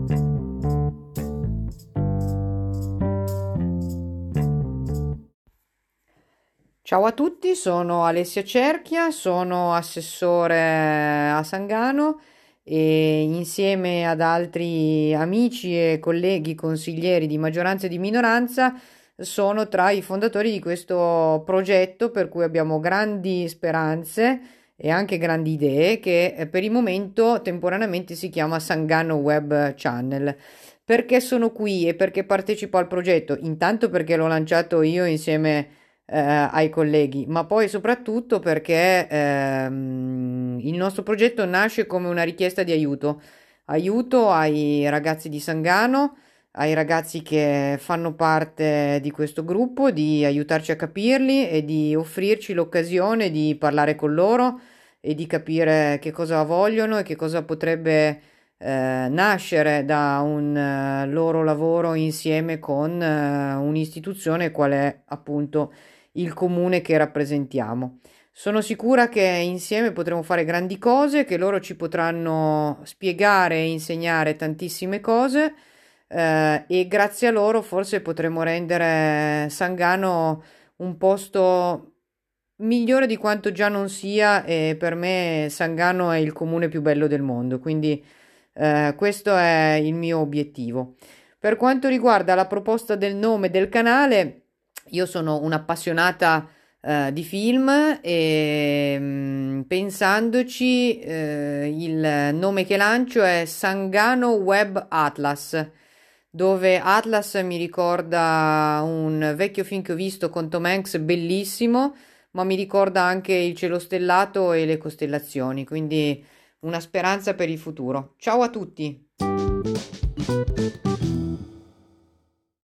Ciao a tutti, sono Alessia Cerchia, sono assessore a Sangano e insieme ad altri amici e colleghi consiglieri di maggioranza e di minoranza sono tra i fondatori di questo progetto per cui abbiamo grandi speranze e anche grandi idee che per il momento temporaneamente si chiama Sangano Web Channel. Perché sono qui e perché partecipo al progetto? Intanto perché l'ho lanciato io insieme ai colleghi, ma poi soprattutto perché il nostro progetto nasce come una richiesta di aiuto, aiuto ai ragazzi di Sangano, ai ragazzi che fanno parte di questo gruppo, di aiutarci a capirli e di offrirci l'occasione di parlare con loro e di capire che cosa vogliono e che cosa potrebbe nascere da un loro lavoro insieme con un'istituzione qual è appunto il comune che rappresentiamo. Sono sicura che insieme potremo fare grandi cose, che loro ci potranno spiegare e insegnare tantissime cose e grazie a loro forse potremo rendere Sangano un posto migliore di quanto già non sia e per me Sangano è il comune più bello del mondo, quindi questo è il mio obiettivo. Per quanto riguarda la proposta del nome del canale, io sono un'appassionata di film e pensandoci, il nome che lancio è Sangano Web Atlas, dove Atlas mi ricorda un vecchio film che ho visto con Tom Hanks, bellissimo, ma mi ricorda anche il cielo stellato e le costellazioni, quindi una speranza per il futuro. Ciao a tutti!